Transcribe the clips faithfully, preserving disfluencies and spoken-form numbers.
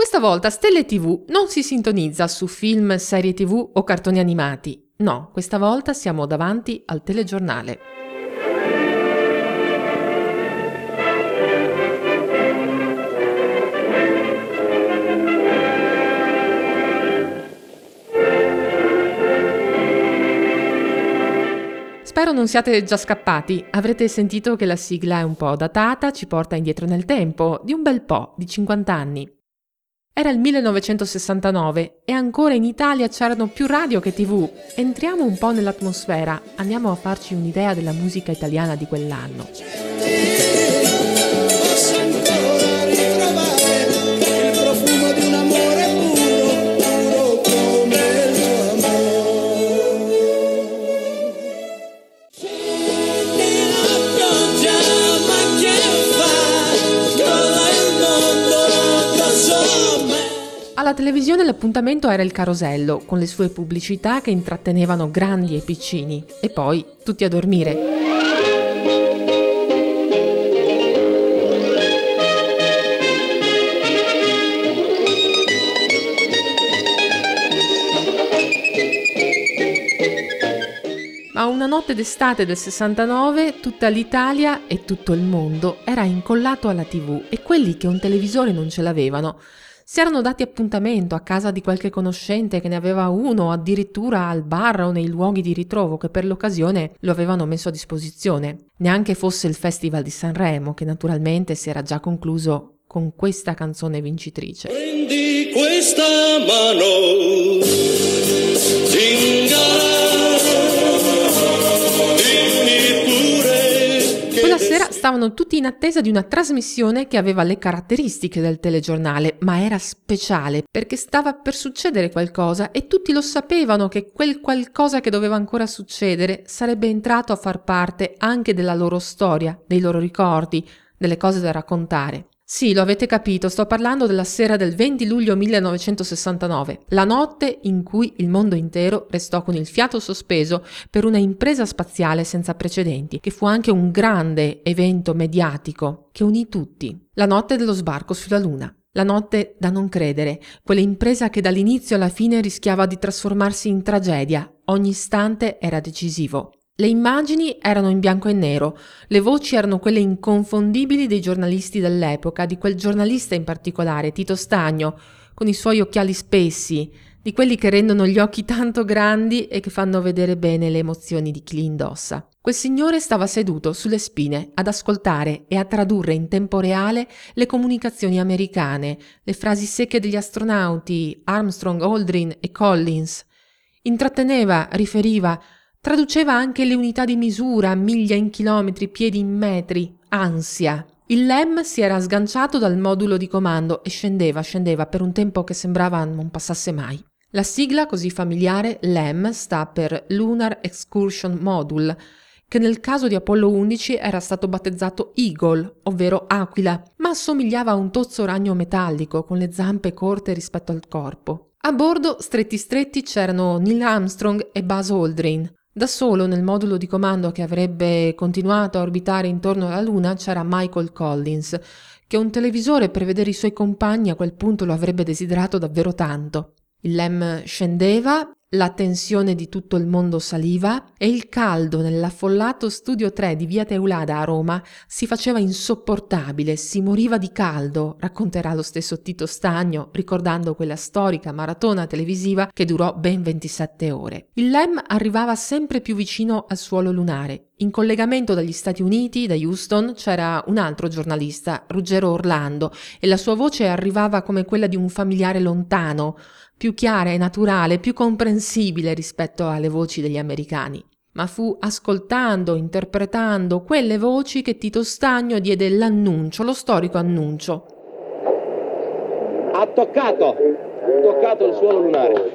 Questa volta Stelle tivù non si sintonizza su film, serie tivù o cartoni animati. No, questa volta siamo davanti al telegiornale. Spero non siate già scappati, avrete sentito che la sigla è un po' datata, ci porta indietro nel tempo, di un bel po', di cinquanta anni. Era il millenovecentosessantanove e ancora in Italia c'erano più radio che tivù. Entriamo un po' nell'atmosfera, andiamo a farci un'idea della musica italiana di quell'anno. Alla televisione l'appuntamento era il Carosello, con le sue pubblicità che intrattenevano grandi e piccini, e poi tutti a dormire. Ma una notte d'estate del sessantanove tutta l'Italia e tutto il mondo era incollato alla tivù e quelli che un televisore non ce l'avevano si erano dati appuntamento a casa di qualche conoscente che ne aveva uno, addirittura al bar o nei luoghi di ritrovo che per l'occasione lo avevano messo a disposizione. Neanche fosse il Festival di Sanremo, che naturalmente si era già concluso con questa canzone vincitrice. Prendi questa mano, zingara, dimmi pure. Quella sera stavano tutti in attesa di una trasmissione che aveva le caratteristiche del telegiornale, ma era speciale perché stava per succedere qualcosa e tutti lo sapevano che quel qualcosa che doveva ancora succedere sarebbe entrato a far parte anche della loro storia, dei loro ricordi, delle cose da raccontare. Sì, lo avete capito, sto parlando della sera del venti luglio millenovecentosessantanove, la notte in cui il mondo intero restò con il fiato sospeso per una impresa spaziale senza precedenti, che fu anche un grande evento mediatico che unì tutti. La notte dello sbarco sulla Luna. La notte da non credere, quell'impresa che dall'inizio alla fine rischiava di trasformarsi in tragedia, ogni istante era decisivo. Le immagini erano in bianco e nero, le voci erano quelle inconfondibili dei giornalisti dell'epoca, di quel giornalista in particolare, Tito Stagno, con i suoi occhiali spessi, di quelli che rendono gli occhi tanto grandi e che fanno vedere bene le emozioni di chi li indossa. Quel signore stava seduto sulle spine ad ascoltare e a tradurre in tempo reale le comunicazioni americane, le frasi secche degli astronauti Armstrong, Aldrin e Collins. Intratteneva, riferiva, traduceva anche le unità di misura, miglia in chilometri, piedi in metri, ansia. Il L E M si era sganciato dal modulo di comando e scendeva, scendeva per un tempo che sembrava non passasse mai. La sigla così familiare, L E M, sta per Lunar Excursion Module, che nel caso di Apollo undici era stato battezzato Eagle, ovvero aquila, ma assomigliava a un tozzo ragno metallico con le zampe corte rispetto al corpo. A bordo, stretti stretti, c'erano Neil Armstrong e Buzz Aldrin. Da solo nel modulo di comando che avrebbe continuato a orbitare intorno alla Luna c'era Michael Collins, che un televisore per vedere i suoi compagni a quel punto lo avrebbe desiderato davvero tanto. Il L E M scendeva, la tensione di tutto il mondo saliva e il caldo nell'affollato studio tre di via Teulada a Roma si faceva insopportabile, si moriva di caldo, racconterà lo stesso Tito Stagno ricordando quella storica maratona televisiva che durò ben ventisette ore. Il L E M arrivava sempre più vicino al suolo lunare. In collegamento dagli Stati Uniti, da Houston, c'era un altro giornalista, Ruggero Orlando, e la sua voce arrivava come quella di un familiare lontano, più chiara e naturale, più comprensibile rispetto alle voci degli americani. Ma fu ascoltando, interpretando quelle voci che Tito Stagno diede l'annuncio, lo storico annuncio. Ha toccato, ha toccato il suolo lunare.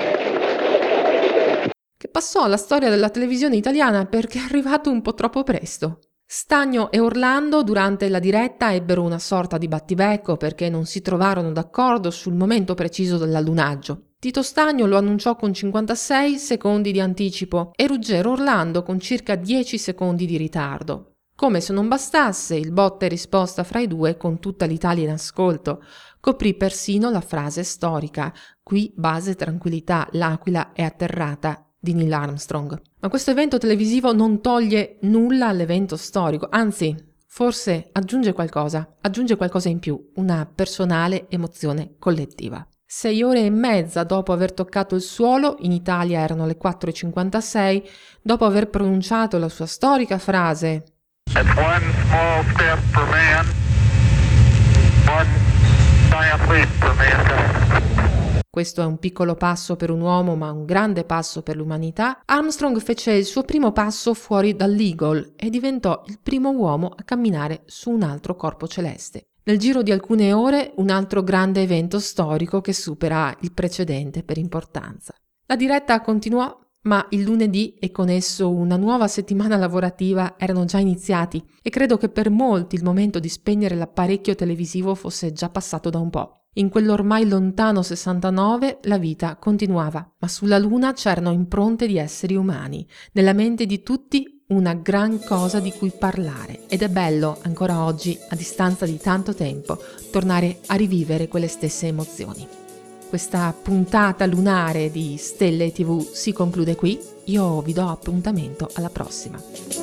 Che passò alla storia della televisione italiana perché è arrivato un po' troppo presto. Stagno e Orlando durante la diretta ebbero una sorta di battibecco perché non si trovarono d'accordo sul momento preciso dell'allunaggio. Tito Stagno lo annunciò con cinquantasei secondi di anticipo e Ruggero Orlando con circa dieci secondi di ritardo. Come se non bastasse, il botta e risposta fra i due, con tutta l'Italia in ascolto, coprì persino la frase storica «Qui base tranquillità, l'Aquila è atterrata» di Neil Armstrong. Ma questo evento televisivo non toglie nulla all'evento storico, anzi, forse aggiunge qualcosa, aggiunge qualcosa in più, una personale emozione collettiva. Sei ore e mezza dopo aver toccato il suolo, in Italia erano le quattro e cinquantasei, dopo aver pronunciato la sua storica frase It's one small step for man, one giant leap for mankind. Questo è un piccolo passo per un uomo, ma un grande passo per l'umanità. Armstrong fece il suo primo passo fuori dall'Eagle e diventò il primo uomo a camminare su un altro corpo celeste. Nel giro di alcune ore, un altro grande evento storico che supera il precedente per importanza. La diretta continuò, ma il lunedì e con esso una nuova settimana lavorativa erano già iniziati e credo che per molti il momento di spegnere l'apparecchio televisivo fosse già passato da un po'. In quell'ormai lontano sessantanove la vita continuava, ma sulla Luna c'erano impronte di esseri umani, nella mente di tutti una gran cosa di cui parlare ed è bello ancora oggi, a distanza di tanto tempo, tornare a rivivere quelle stesse emozioni. Questa puntata lunare di Stelle tivù si conclude qui, io vi do appuntamento alla prossima.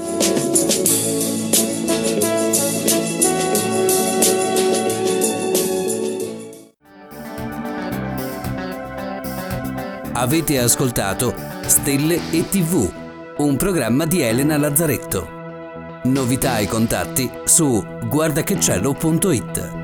Avete ascoltato Stelle e tivù, un programma di Elena Lazzaretto. Novità e contatti su guardachecielo punto it.